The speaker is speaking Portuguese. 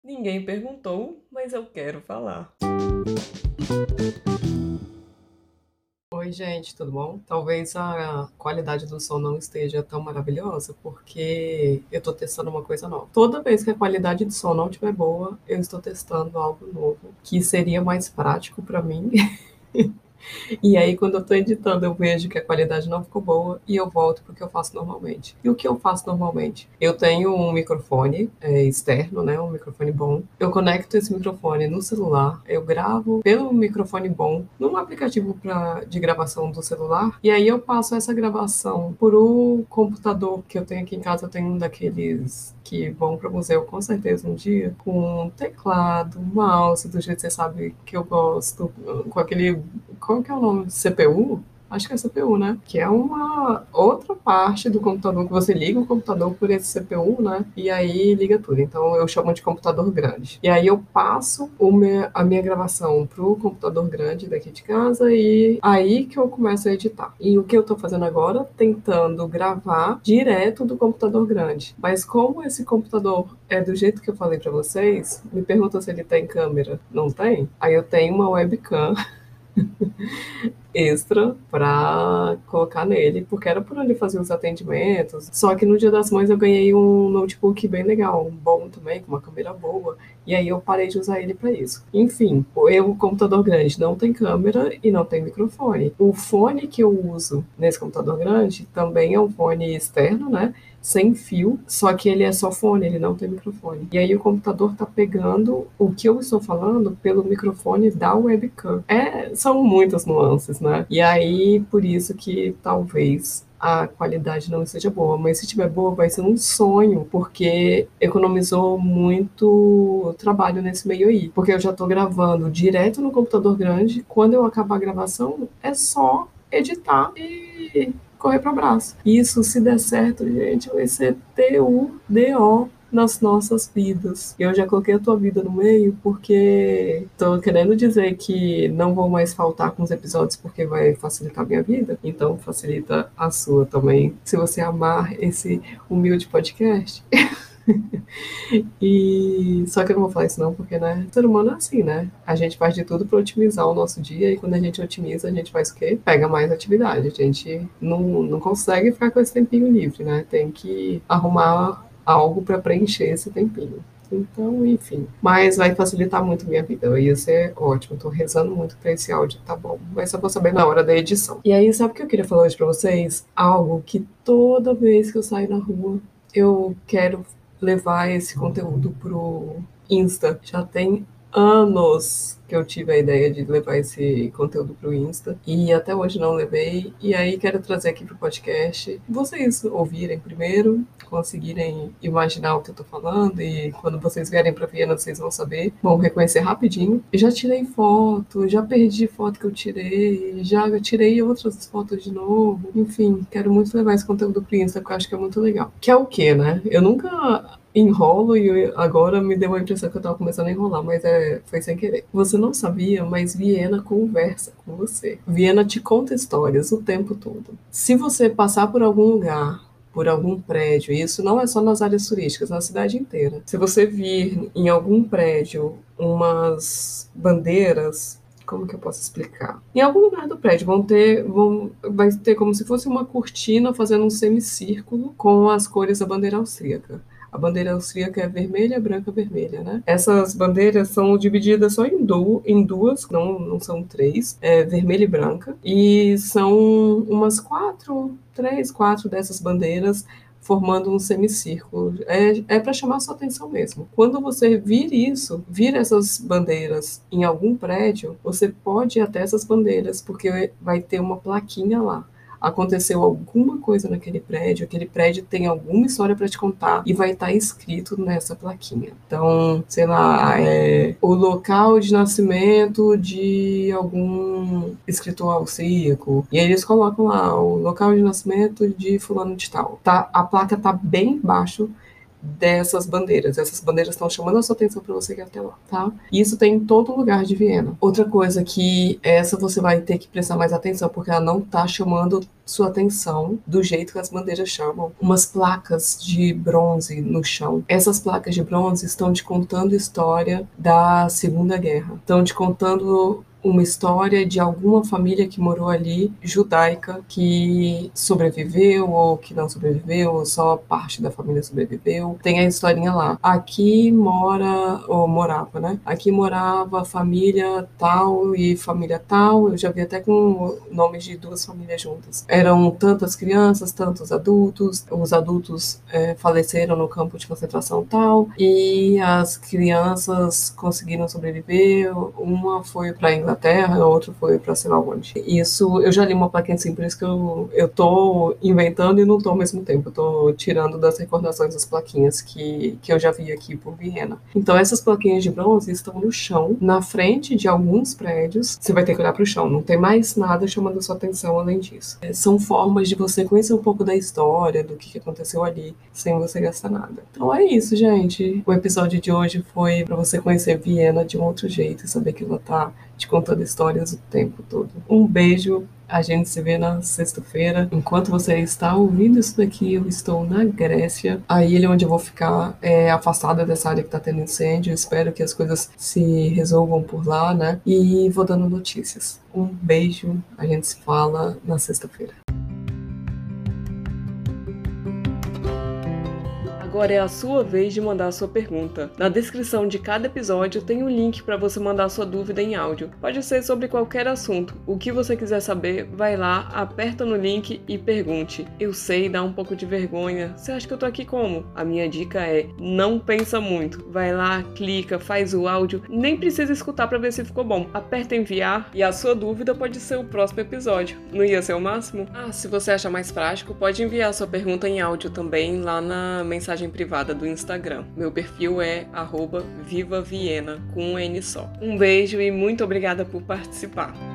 Ninguém perguntou, mas eu quero falar. Oi, gente, tudo bom? Talvez a qualidade do som não esteja tão maravilhosa, porque eu estou testando uma coisa nova. Toda vez que a qualidade de som não estiver boa, eu estou testando algo novo, que seria mais prático para mim. E aí, quando eu estou editando, eu vejo que a qualidade não ficou boa e eu volto para o que eu faço normalmente. E o que eu faço normalmente? Eu tenho um microfone externo, né? Um microfone bom. Eu conecto esse microfone no celular, eu gravo pelo microfone bom num aplicativo de gravação do celular. E aí eu passo essa gravação por o computador que eu tenho aqui em casa. Eu tenho um daqueles que vão para o museu com certeza um dia, com teclado, mouse, do jeito que você sabe que eu gosto, com aquele, qual que é o nome? CPU? Acho que é CPU, né? Que é uma outra parte do computador que você liga o computador por esse CPU, né? E aí liga tudo. Então eu chamo de computador grande. E aí eu passo a minha gravação pro computador grande daqui de casa e aí que eu começo a editar. E o que eu tô fazendo agora? Tentando gravar direto do computador grande. Mas como esse computador é do jeito que eu falei pra vocês, me pergunta se ele tem câmera. Não tem? Aí eu tenho uma webcam extra para colocar nele, porque era por onde fazer os atendimentos. Só que no Dia das Mães eu ganhei um notebook bem legal, um bom também, com uma câmera boa, e aí eu parei de usar ele para isso. Enfim, o computador grande não tem câmera e não tem microfone. O fone que eu uso nesse computador grande também é um fone externo, né? Sem fio, só que ele é só fone, ele não tem microfone. E aí o computador tá pegando o que eu estou falando pelo microfone da webcam. São muitas nuances, né? E aí, por isso que talvez a qualidade não seja boa, mas se tiver boa vai ser um sonho, porque economizou muito trabalho nesse meio aí, porque eu já tô gravando direto no computador grande, quando eu acabar a gravação é só editar e correr para o abraço. Isso, se der certo, gente, vai ser TUDO nas nossas vidas. Eu já coloquei a tua vida no meio porque tô querendo dizer que não vou mais faltar com os episódios porque vai facilitar a minha vida, então facilita a sua também, se você amar esse humilde podcast. E só que eu não vou falar isso não, porque, né, o ser humano é assim, né? A gente faz de tudo para otimizar o nosso dia e quando a gente otimiza, a gente faz o quê? Pega mais atividade. A gente não consegue ficar com esse tempinho livre, né? Tem que arrumar algo para preencher esse tempinho. Então, enfim. Mas vai facilitar muito minha vida. Ia ser ótimo. Tô rezando muito pra esse áudio, tá bom. Mas só vou saber na hora da edição. E aí, sabe o que eu queria falar hoje pra vocês? Algo que toda vez que eu saio na rua, eu quero levar esse conteúdo pro Insta. Já tem anos que eu tive a ideia de levar esse conteúdo pro Insta e até hoje não levei. E aí quero trazer aqui pro podcast. Vocês ouvirem primeiro, conseguirem imaginar o que eu tô falando e quando vocês vierem pra Viena vocês vão saber, vão reconhecer rapidinho. Eu já tirei foto, já perdi foto que eu tirei, já tirei outras fotos de novo. Enfim, quero muito levar esse conteúdo pro Insta porque eu acho que é muito legal. Que é o quê, né? Eu nunca enrolo e agora me deu a impressão que eu tava começando a enrolar, mas foi sem querer. Você não sabia, mas Viena conversa com você. Viena te conta histórias o tempo todo. Se você passar por algum lugar, por algum prédio, e isso não é só nas áreas turísticas, na cidade inteira. Se você vir em algum prédio umas bandeiras, como que eu posso explicar? Em algum lugar do prédio vai ter como se fosse uma cortina fazendo um semicírculo com as cores da bandeira austríaca. A bandeira austríaca é vermelha, branca, vermelha, né? Essas bandeiras são divididas só em duas, não são três, vermelha e branca. E são umas quatro dessas bandeiras formando um semicírculo. É para chamar sua atenção mesmo. Quando você vir essas bandeiras em algum prédio, você pode ir até essas bandeiras, porque vai ter uma plaquinha lá. Aconteceu alguma coisa naquele prédio, aquele prédio tem alguma história para te contar e vai estar escrito nessa plaquinha. Então, sei lá, o local de nascimento de algum escritor austríaco, e aí eles colocam lá o local de nascimento de fulano de tal. Tá, a placa tá bem embaixo dessas bandeiras. Essas bandeiras estão chamando a sua atenção para você ir até lá, tá? E isso tem em todo lugar de Viena. Outra coisa que essa você vai ter que prestar mais atenção, porque ela não tá chamando sua atenção do jeito que as bandeiras chamam. Umas placas de bronze no chão. Essas placas de bronze estão te contando história da Segunda Guerra. Estão te contando uma história de alguma família que morou ali, judaica, que sobreviveu ou que não sobreviveu, ou só parte da família sobreviveu. Tem a historinha lá. Aqui mora, ou morava, né? Aqui morava família tal e família tal. Eu já vi até com nomes de duas famílias juntas. Eram tantas crianças, tantos adultos. Os adultos faleceram no campo de concentração tal, e as crianças conseguiram sobreviver. Uma foi para Inglaterra, a outra foi para sei lá onde. Isso, eu já li uma plaquinha assim, por isso que eu tô inventando e não tô ao mesmo tempo. Eu tô tirando das recordações das plaquinhas que eu já vi aqui por Viena. Então essas plaquinhas de bronze estão no chão, na frente de alguns prédios. Você vai ter que olhar para o chão, não tem mais nada chamando sua atenção além disso. São formas de você conhecer um pouco da história, do que aconteceu ali, sem você gastar nada. Então é isso, gente. O episódio de hoje foi para você conhecer Viena de um outro jeito e saber que ela tá te contando histórias o tempo todo. Um beijo, a gente se vê na sexta-feira. Enquanto você está ouvindo isso daqui, eu estou na Grécia. A ilha onde eu vou ficar é afastada dessa área que tá tendo incêndio. Eu espero que as coisas se resolvam por lá, né? E vou dando notícias. Um beijo, a gente se fala na sexta-feira. Agora é a sua vez de mandar a sua pergunta. Na descrição de cada episódio tem um link para você mandar a sua dúvida em áudio. Pode ser sobre qualquer assunto. O que você quiser saber, vai lá, aperta no link e pergunte. Eu sei, dá um pouco de vergonha. Você acha que eu tô aqui como? A minha dica é, não pensa muito. Vai lá, clica, faz o áudio. Nem precisa escutar para ver se ficou bom. Aperta enviar e a sua dúvida pode ser o próximo episódio. Não ia ser o máximo? Ah, se você achar mais prático, pode enviar a sua pergunta em áudio também lá na mensagem privada do Instagram. Meu perfil é @vivaviena com um N só. Um beijo e muito obrigada por participar.